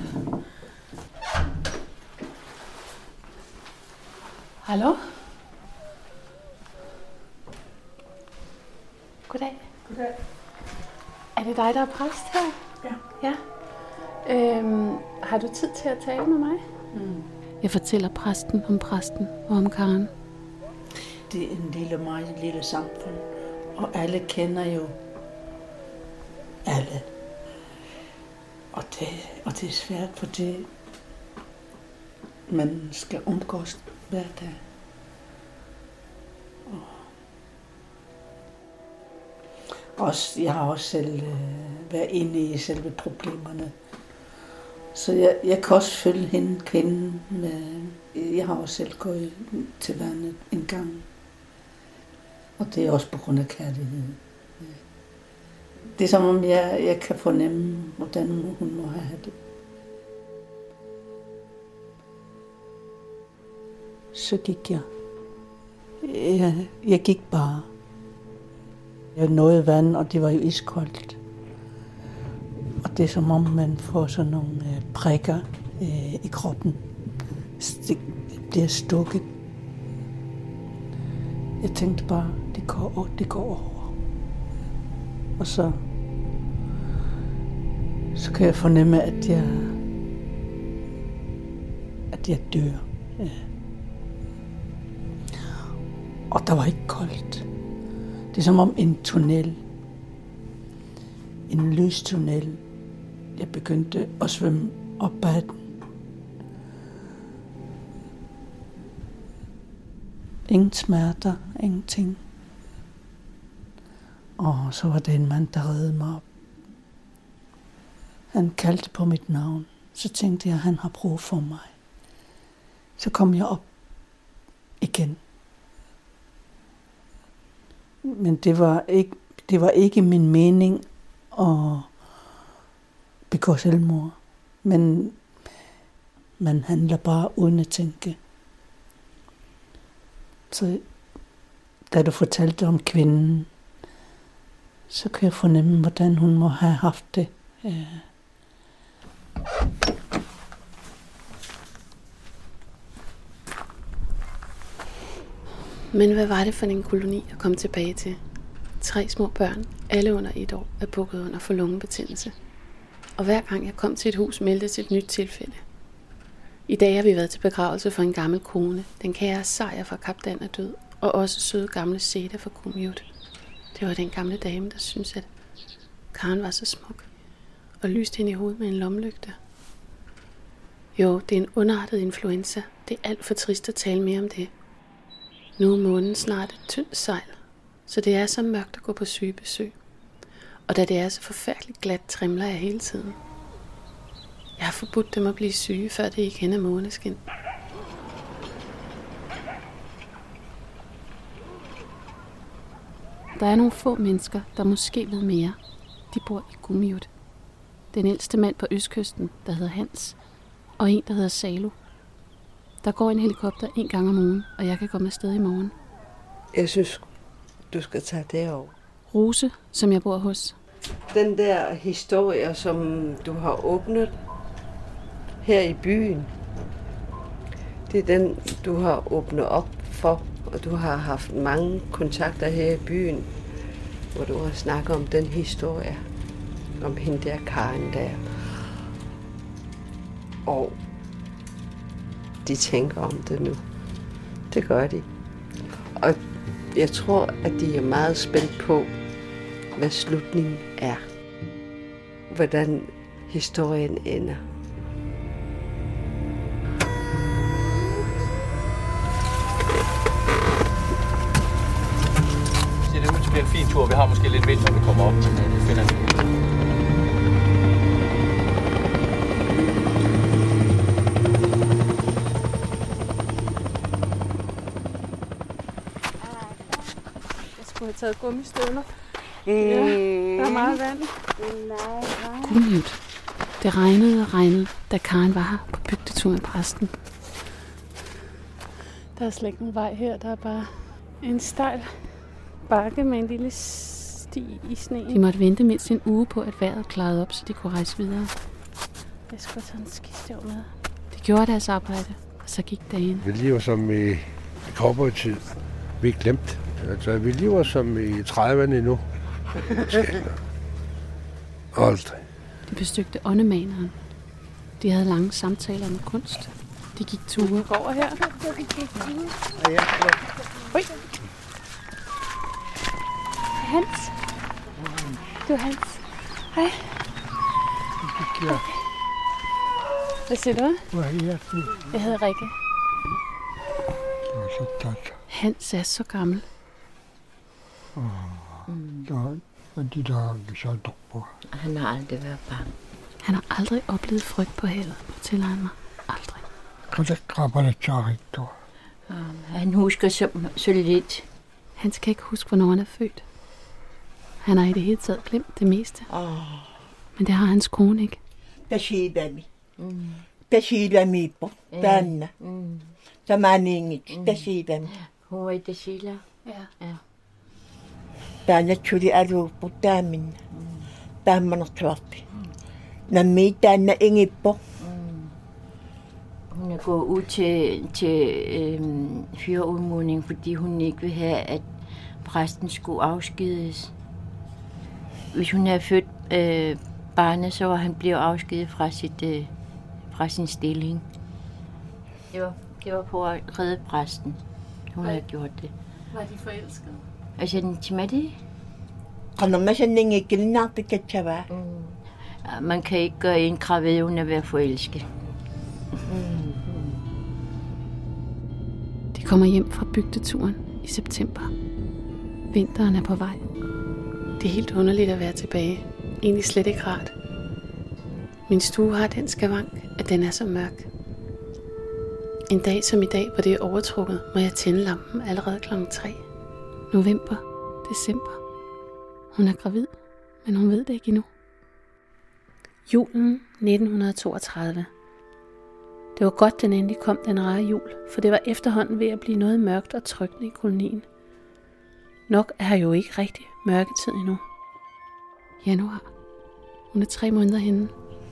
Hallo? Goddag. Goddag. Er det dig, der er præst her? Ja. Ja. Øhm, har du tid til at tale med mig? Mm. Jeg fortæller præsten om præsten og om Karen. Det er en lille, meget lille samfund, og alle kender jo alle. Og det, og det er svært, fordi man skal omgås hver dag. Og også, jeg har også selv øh, været inde i selve problemerne. Så jeg, jeg kan også følge hende, kvinden. Med, jeg har også selv gået til vandet en gang. Og det er også på grund af kærlighed. Det er som om, jeg, jeg kan fornemme, hvordan hun må have det. Så gik jeg. Jeg, jeg gik bare. Jeg nåede vand, og det var jo iskoldt. Og det er som om, man får sådan nogle øh, prikker øh, i kroppen. det bliver stukket. Jeg tænkte bare, det går, det går over. Og så, så kan jeg fornemme, at jeg, at jeg dør. Ja. Og der var ikke koldt. Det er som om en tunnel. En løs tunnel. Jeg begyndte at svømme op ad den. Ingen smerter, ingenting. Og så var det en mand, der reddede mig op. Han kaldte på mit navn. Så tænkte jeg, at han har brug for mig. Så kom jeg op igen. Men det var ikke, det var ikke min mening at begå selvmord. Men man handler bare uden at tænke. Så da du fortalte om kvinden, så kan jeg fornemme, hvordan hun må have haft det. Ja. Men hvad var det for en koloni at komme tilbage til? Tre små børn, alle under et år, er bukket under for lungebetændelse. Og hver gang jeg kom til et hus, meldtes et nyt tilfælde. I dag har vi været til begravelse for en gammel kone, den kære Sejer fra Kap Dan er død, og også søde gamle Seda fra Kumiut. Det var den gamle dame, der syntes, at Karen var så smuk, og lyste hende i hovedet med en lommelygte. Jo, det er en underartet influenza. Det er alt for trist at tale mere om det. Nu er månen snart et tyndt sejl, så det er så mørkt at gå på sygebesøg. Og da det er så forfærdeligt glat, trimler jeg hele tiden. Jeg har forbudt dem at blive syge, før det igen er måneskin. Der er nogle få mennesker, der måske ved mere. De bor i Kumiut. Den ældste mand på østkysten, der hedder Hans, og en, der hedder Salo. Der går en helikopter en gang om ugen, og jeg kan komme afsted i morgen. Jeg synes, du skal tage derover. Rose, som jeg bor hos. Den der historie, som du har åbnet her i byen, det er den, du har åbnet op for, og du har haft mange kontakter her i byen, hvor du har snakket om den historie, om hende der Karen der. Og de tænker om det nu. Det gør de. Og jeg tror, at de er meget spændt på, hvad slutningen er. Hvordan historien ender. Så det er ud til en fin tur. Vi har måske lidt vind, når vi kommer op, men det finder vi. Jeg har taget gummistøvler. Ja, der er meget vand. Kumiut. Det regnede og regnede, da Karen var her på bygdetur med præsten. Der er slet ikke nogen vej her. Der er bare en stejl bakke med en lille sti i sneen. De måtte vente mindst en uge på, at vejret klarede op, så de kunne rejse videre. Jeg skulle have taget en skistav med. De gjorde deres arbejde, og så gik dagen. Vi lever som i cowboytid. Vi er glemt. Altså, vi lever som i trediverne nu. Aldrig. De besøgte åndemaneren. De havde lange samtaler med kunst. De gik ture. Vi går over her. Ui. Hans. Du er Hans. Hej. Okay. Hvad siger du? Jeg hedder Rikke. Hans er så gammel. Han har aldrig været bange. Han har aldrig oplevet frygt på havet, fortæller han mig. Aldrig. Han husker så, så lidt. Han skal ikke huske, hvornår han er født. Han har i det hele taget glemt det meste. Oh. Men det har hans kone ikke. Tashidami. Tashidami på Danna. Som er inget. Tashidami. Hun var i Tashila. Ja. Ja. Danna tuli alu på Damin. Daman og Trappi. Nami Danna inget på. Hun er gået ud til, til øhm, fyreudmodning, fordi hun ikke vil have, at præsten skulle afskedes. Hvis hun havde født øh, barnet, så var han blevet afskedet fra, sit, øh, fra sin stilling. Det var, det var på at redde præsten, hun havde gjort det. Var de forelskede? Altså, den timati? Man kan ikke gøre en gravid uden at være forelsket. De kommer hjem fra bygdeturen i september. Vinteren er på vej. Det er helt underligt at være tilbage. Egentlig slet ikke rart. Min stue har den skavank, at den er så mørk. En dag som i dag, hvor det er overtrukket, må jeg tænde lampen allerede klokken tre. November, december. Hun er gravid, men hun ved det ikke endnu. Julen nitten toogtredive. Det var godt, den endelig kom, den rare jul, for det var efterhånden ved at blive noget mørkt og trykkende i kolonien. Nok er her jo ikke rigtig mørketid endnu. Januar. Hun er tre måneder henne.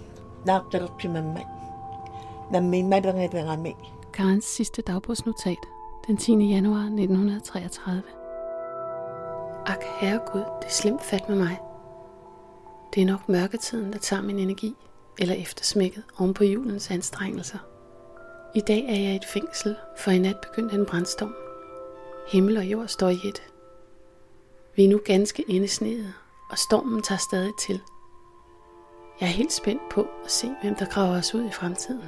Karens sidste dagbogsnotat, den tiende januar nitten treogtredive. Ak, herregud, det er slemt fat med mig. Det er nok mørketiden, der tager min energi, eller eftersmækket oven på julens anstrengelser. I dag er jeg i et fængsel, for i nat begyndte en brandstorm. Himmel og jord står i et. Vi er nu ganske indesnede, og stormen tager stadig til. Jeg er helt spændt på at se, hvem der graver os ud i fremtiden.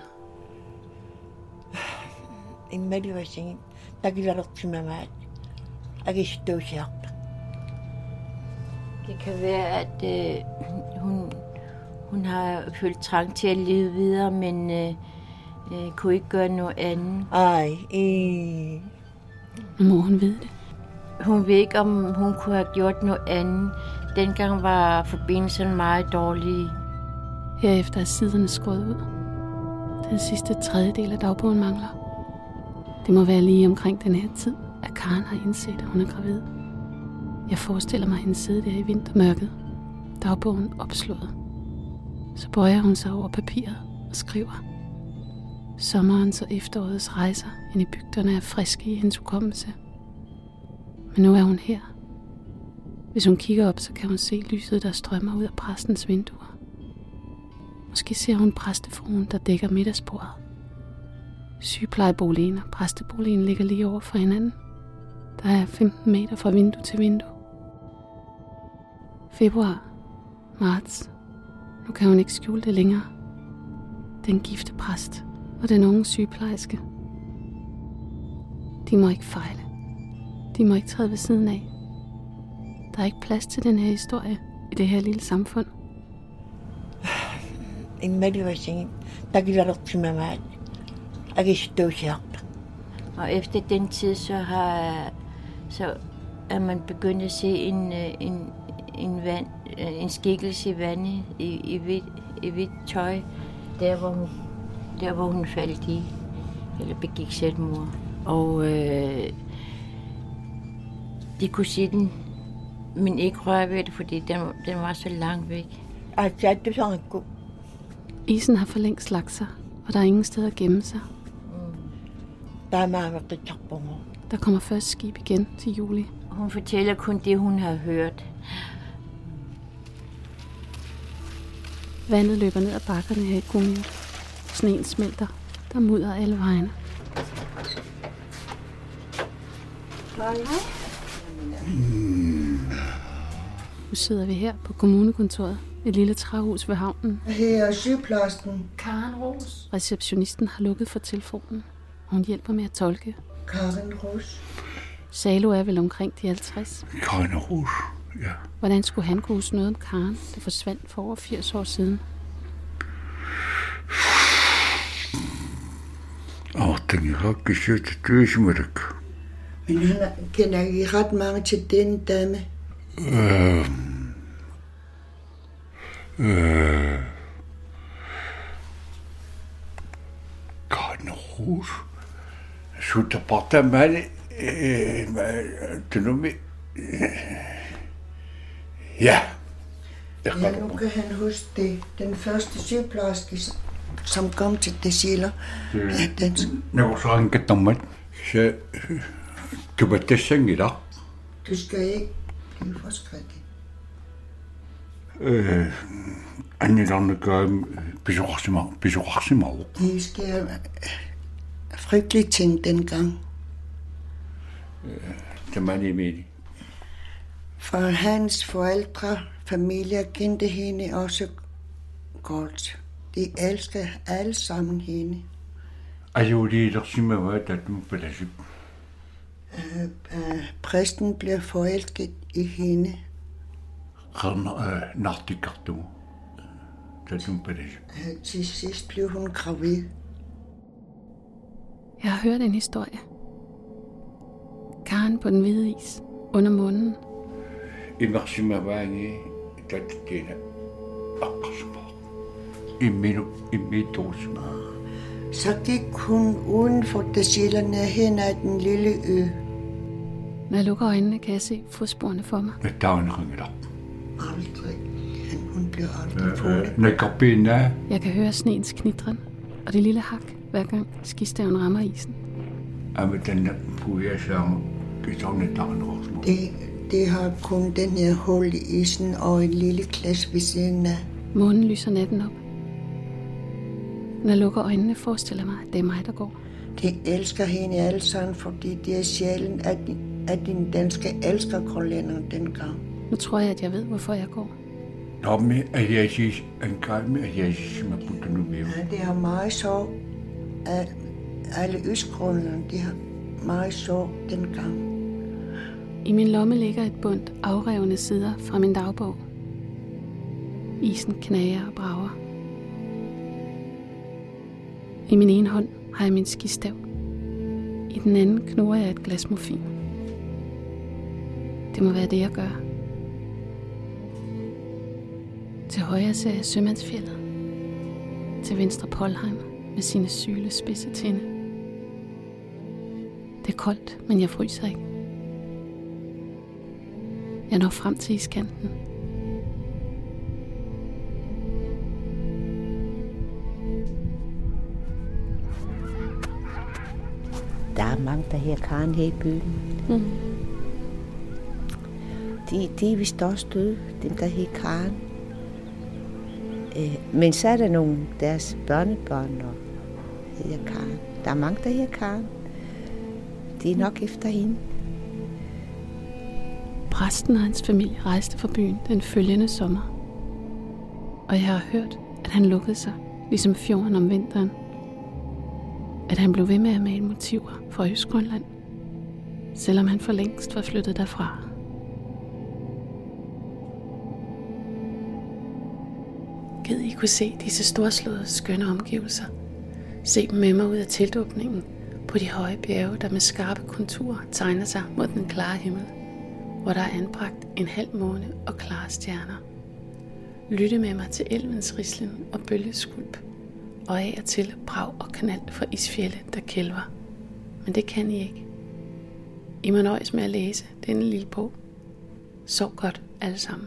Det kan være, at øh, hun, hun har følt trang til at leve videre, men øh, øh, kunne ikke gøre noget andet. Ej, øh. Nu må hun vide det. Hun ved ikke, om hun kunne have gjort noget andet. Dengang var forbindelsen meget dårlige. Herefter er siderne skåret ud. Den sidste tredjedel af dagbogen mangler. Det må være lige omkring den her tid, at Karen har indset, at hun er gravid. Jeg forestiller mig hende sidde der i vintermørket, dagbogen opslået. Så bøjer hun sig over papiret og skriver. Sommerens og efterårets rejser ind i bygderne er friske i hendes hukommelse. Men nu er hun her. Hvis hun kigger op, så kan hun se lyset, der strømmer ud af præstens vinduer. Måske ser hun præstefruen, der dækker middagsbordet. Sygeplejeboligen og præsteboligen ligger lige over for hinanden. Der er femten meter fra vindue til vindue. Februar, marts. Nu kan hun ikke skjule det længere. Den gifte præst og den unge sygeplejerske. De må ikke fejle. De må ikke træde ved siden af. Der er ikke plads til den her historie i det her lille samfund. En medicin, der giver dig til mig. Jeg kan stå her. Og efter den tid, så har så er man begyndt at se en, en, en, vand, en skikkelse i vandet i, i, hvidt, i hvidt tøj, der hvor, hun, der hvor hun faldt i, eller begik selvmord. Og øh, de kunne se den, men ikke røre ved det, fordi den, den var så langt væk. Isen har for længst lagt sig, og der er ingen sted at gemme sig. Der kommer først skib igen til juli. Hun fortæller kun det, hun har hørt. Vandet løber ned ad bakkerne her i Gummiet. Sneen smelter. Der mudder alle vejene. Nu sidder vi her på kommunekontoret. Et lille træhus ved havnen. Her er sygeplejersken. Karen Ros. Receptionisten har lukket for telefonen. Hun hjælper med at tolke. Karen Ros. Salo er vel omkring de halvtreds. Karen Ros, ja. Hvordan skulle han kunne huske noget om Karen, der forsvandt for over firs år siden? Åh, den har ikke set det døsmærk. Men han kender ikke ret mange til den dame. Øh... Øh... Karen Ros. Så der bare mal det nu med ja. Ja, nu kan han huske det. Den første sygeplejerske, som kom til Desila. Når så han kan dumme, så du var det seng i dag. Du skal ikke blive forskrækket. Øh, Anne gør besorgsimag. Det sker frygtelige ting dengang. Det man er med. For hans forældre, familie kendte hende også godt. De elsker alle sammen hende. Altså, det er der simpelthen været, at du på det. Uh, uh, præsten blev forelsket i hende. Nattikartu. Det er du på det. Til sidst blev hun gravid. Jeg har hørt en historie. Karen på den hvide is, under munden. I Maxima var en i det der akkurat. I mit i mit dåse. Så gik hun uden for Desillerne hen ad den lille ø. Når jeg lukker øjnene, kan jeg se fodsporene for mig. Med dagen ringer der. Aldrig. Hun bliver aldrig fundet. Nækkerbinde. Jeg kan høre sneens knitren, og det lille hak, hver gang skistaven rammer isen. Ja, men den der puger sammen, det er sådan et dagen også. Det, det har kun den her hul i isen og en lille klasse ved siden af. Månen lyser natten op. Når jeg lukker øjnene, forestiller mig, at det er mig, der går. De elsker hende alle sammen, fordi det er sjældent, at de, at de danske elsker grønlænderne dengang. Nu tror jeg, at jeg ved, hvorfor jeg går. Nå, men at jeg siger, en gang med, at jeg siger, at jeg nu med. Ja, det er meget så, at alle østgrønlænderne, de har meget så dengang. I min lomme ligger et bundt afrevne sider fra min dagbog. Isen knager og brager. I min ene hånd har jeg min skistav. I den anden knurrer jeg et glas morfin. Det må være det, jeg gør. Til højre ser jeg Sømandsfjeldet. Til venstre Polheim med sine syle spidse tinde. Det er koldt, men jeg fryser ikke. Jeg når frem til iskanten. Der er mange, der her Karen her i byen. Mm. De, de er vist også døde, dem der her Karen. Øh, men så er der nogle deres børnebørn, og hedder Karen. Der er mange, der her Karen. De er nok efter hende. Præsten og hans familie rejste fra byen den følgende sommer. Og jeg har hørt, at han lukkede sig, ligesom fjorden om vinteren. At han blev ved med at male motiver fra Østgrønland, selvom han for længst var flyttet derfra. Gid I kunne se disse storslåede, skønne omgivelser. Se dem med mig ud af teltåbningen på de høje bjerge, der med skarpe konturer tegner sig mod den klare himmel, hvor der er anbragt en halv måne og klare stjerner. Lytte med mig til elvens rislen og bølgeskulp, og af og til brag og knald fra isfjælde, der kælver. Men det kan I ikke. I må nøjes med at læse denne lille bog. Sov godt alle sammen.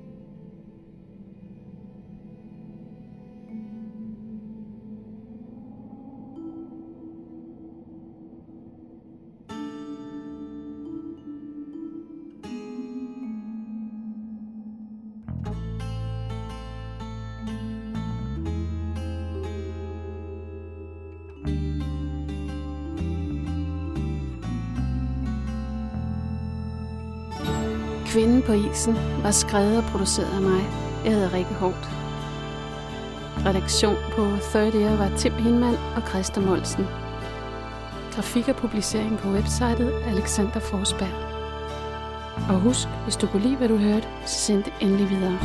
Kvinden på isen var skrevet og produceret af mig. Jeg hedder Rikke Hort. Redaktion på Third Ear var Tim Hinman og Christa Molsen. Grafik og publicering på websitet Alexander Forsberg. Og husk, hvis du kunne lide, hvad du hørte, så send det endelig videre.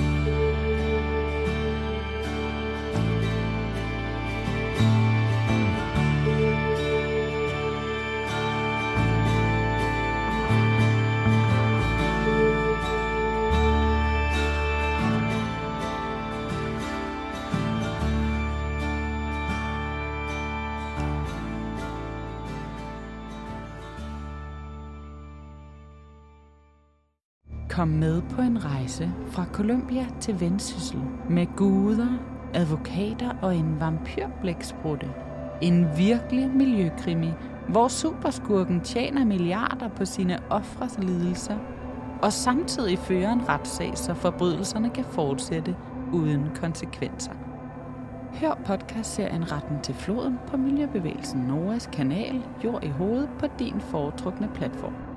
Kom med på en rejse fra Colombia til Vendsyssel med guder, advokater og en vampyrblæksprutte. En virkelig miljøkrimi, hvor superskurken tjener milliarder på sine ofres lidelser, og samtidig fører en retssag, så forbrydelserne kan fortsætte uden konsekvenser. Hør podcastserien Retten til floden på Miljøbevægelsen Noras kanal Jord i hovedet på din foretrukne platform.